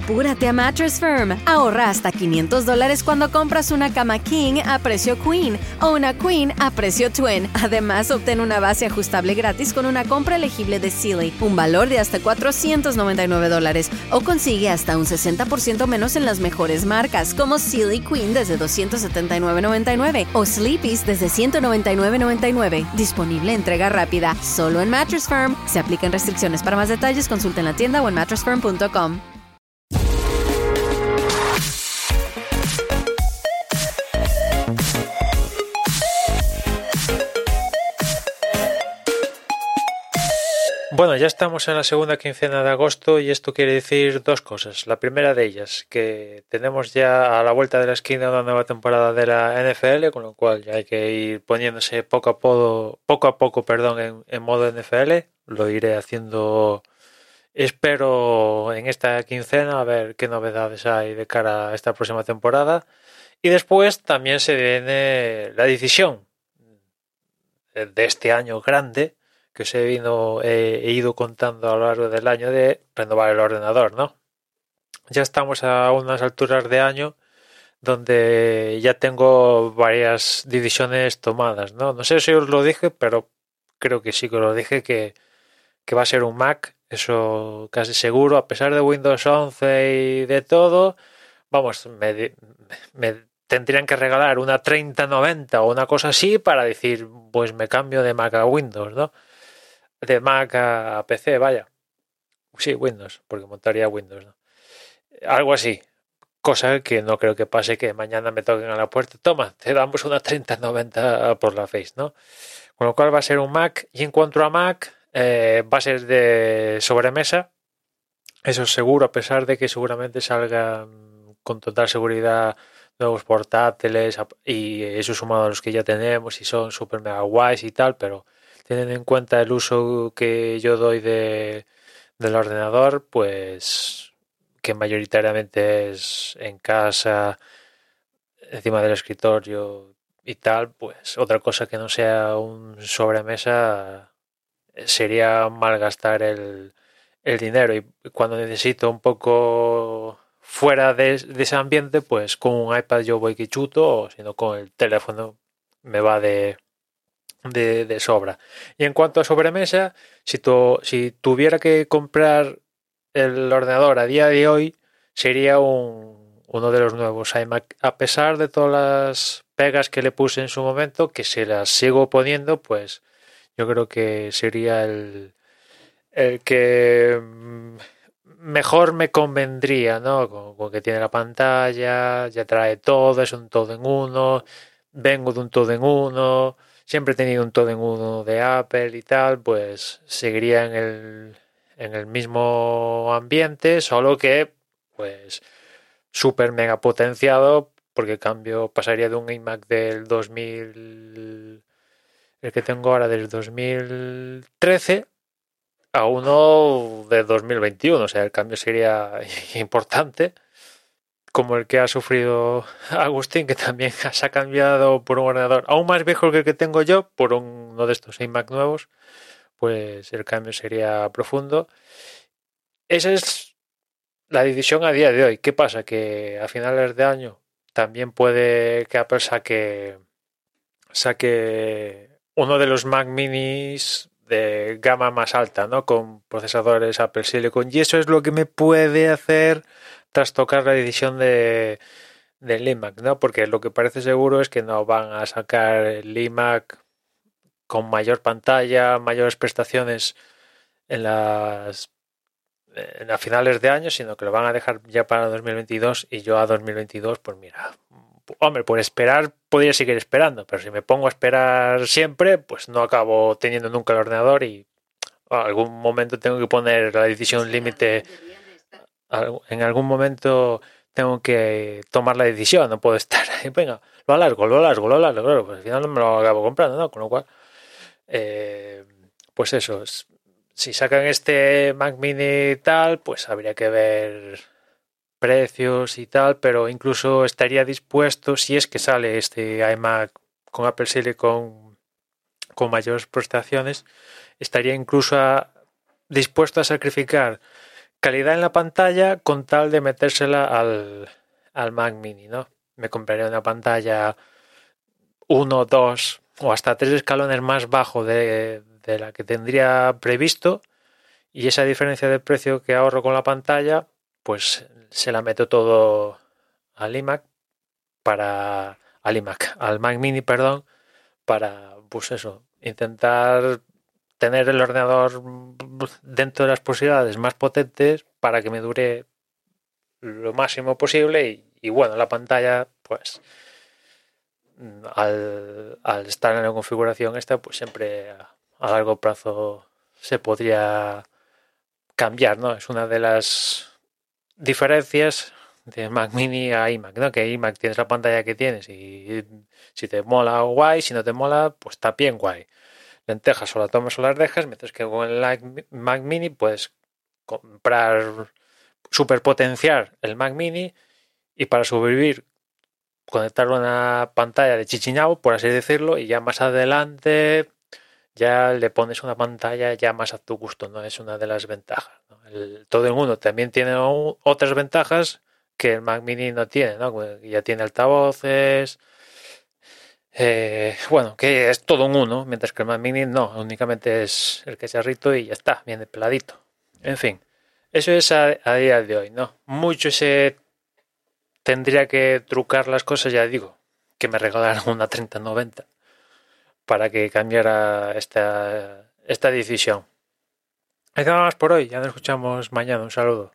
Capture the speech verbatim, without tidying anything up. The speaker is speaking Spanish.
Apúrate a Mattress Firm. Ahorra hasta quinientos dólares cuando compras una cama King a precio Queen o una Queen a precio Twin. Además, obtén una base ajustable gratis con una compra elegible de Sealy, un valor de hasta cuatrocientos noventa y nueve dólares, o consigue hasta un sesenta por ciento menos en las mejores marcas, como Sealy Queen desde doscientos setenta y nueve noventa y nueve o Sleepy's desde ciento noventa y nueve noventa y nueve. Disponible entrega rápida, solo en Mattress Firm. Se aplican restricciones. Para más detalles, consulta en la tienda o en mattress firm punto com. Bueno, ya estamos en la segunda quincena de agosto y esto quiere decir dos cosas. La primera de ellas, que tenemos ya a la vuelta de la esquina una nueva temporada de la N F L, con lo cual ya hay que ir poniéndose poco a poco, poco a poco, perdón, en, en modo N F L. Lo iré haciendo, espero, en esta quincena, a ver qué novedades hay de cara a esta próxima temporada. Y después también se viene la decisión de este año grande, que os he, vino, eh, he ido contando a lo largo del año, de renovar el ordenador, ¿no? Ya estamos a unas alturas de año donde ya tengo varias decisiones tomadas, ¿no? No sé si os lo dije, pero creo que sí que os lo dije, que, que va a ser un Mac, eso casi seguro, a pesar de Windows once y de todo. Vamos, me, me tendrían que regalar una treinta noventa o una cosa así para decir, pues me cambio de Mac a Windows, ¿no? De Mac a P C, vaya. Sí, Windows, porque montaría Windows, ¿no? Algo así. Cosa que no creo que pase, que mañana me toquen a la puerta. Toma, te damos una treinta noventa por la Face, ¿no? Con lo cual va a ser un Mac. Y en cuanto a Mac, eh, va a ser de sobremesa. Eso es seguro, a pesar de que seguramente salgan con total seguridad nuevos portátiles y eso sumado a los que ya tenemos y son super mega guays y tal, pero teniendo en cuenta el uso que yo doy de, del ordenador, pues que mayoritariamente es en casa, encima del escritorio y tal, pues otra cosa que no sea un sobremesa sería malgastar el, el dinero. Y cuando necesito un poco fuera de, de ese ambiente, pues con un iPad yo voy que chuto, o si no con el teléfono me va de... De, de sobra. Y en cuanto a sobremesa, si, tu, si tuviera que comprar el ordenador a día de hoy, sería un, uno de los nuevos iMac. A pesar de todas las pegas que le puse en su momento, que se las sigo poniendo, pues yo creo que sería el, el que mejor me convendría, ¿no? Con, con que tiene la pantalla, ya trae todo, es un todo en uno, vengo de un todo en uno. Siempre he tenido un todo en uno de Apple y tal, pues seguiría en el, en el mismo ambiente, solo que pues súper mega potenciado, porque cambio, pasaría de un iMac del dos mil, el que tengo ahora del dos mil trece, a uno de dos mil veintiuno, o sea, el cambio sería importante, como el que ha sufrido Agustín, que también se ha cambiado por un ordenador aún más viejo que el que tengo yo, por uno de estos iMac nuevos, pues el cambio sería profundo. Esa es la decisión a día de hoy. ¿Qué pasa? Que a finales de año también puede que Apple saque, saque uno de los Mac minis de gama más alta, ¿no? Con procesadores Apple Silicon, y eso es lo que me puede hacer trastocar la decisión de del iMac, ¿no? Porque lo que parece seguro es que no van a sacar el iMac con mayor pantalla, mayores prestaciones en las en a finales de año, sino que lo van a dejar ya para dos mil veintidós, y yo a dos mil veintidós, pues mira, hombre, por esperar podría seguir esperando, pero si me pongo a esperar siempre, pues no acabo teniendo nunca el ordenador y a algún momento tengo que poner la decisión límite. En algún momento tengo que tomar la decisión, no puedo estar ahí, venga, lo alargo, lo alargo, lo alargo, claro, pues al final no me lo acabo comprando, ¿no? Con lo cual, eh, pues eso, si sacan este Mac Mini y tal, pues habría que ver precios y tal, pero incluso estaría dispuesto, si es que sale este iMac con Apple Silicon con mayores prestaciones, estaría incluso a, dispuesto a sacrificar calidad en la pantalla con tal de metérsela al, al Mac Mini, ¿no? Me compraría una pantalla uno, dos o hasta tres escalones más bajo de, de la que tendría previsto, y esa diferencia de precio que ahorro con la pantalla, pues se la meto todo al iMac para al iMac, al Mac Mini, perdón, para pues eso, intentar tener el ordenador dentro de las posibilidades más potentes para que me dure lo máximo posible y, y bueno, la pantalla pues al, al estar en la configuración esta pues siempre a, a largo plazo se podría cambiar, ¿no? Es una de las diferencias de Mac Mini a iMac, ¿no? Que iMac tienes la pantalla que tienes y si te mola guay, si no te mola pues está bien guay. Lentejas o la tomas o las dejas, mientras que con el Mac Mini puedes comprar, superpotenciar el Mac Mini y para sobrevivir conectar una pantalla de chichiñao, por así decirlo, y ya más adelante ya le pones una pantalla ya más a tu gusto, ¿no? Es una de las ventajas, ¿no? El, todo el mundo también tiene un, otras ventajas que el Mac Mini no tiene, ¿no? Ya tiene altavoces, eh, bueno, que es todo un uno, mientras que el Mac Mini no, únicamente es el cacharrito y ya está, viene peladito. En fin, eso es a, a día de hoy, ¿no? Mucho se tendría que trucar las cosas, ya digo, que me regalaran una treinta noventa para que cambiara esta, esta decisión. Nada más por hoy, ya nos escuchamos mañana, un saludo.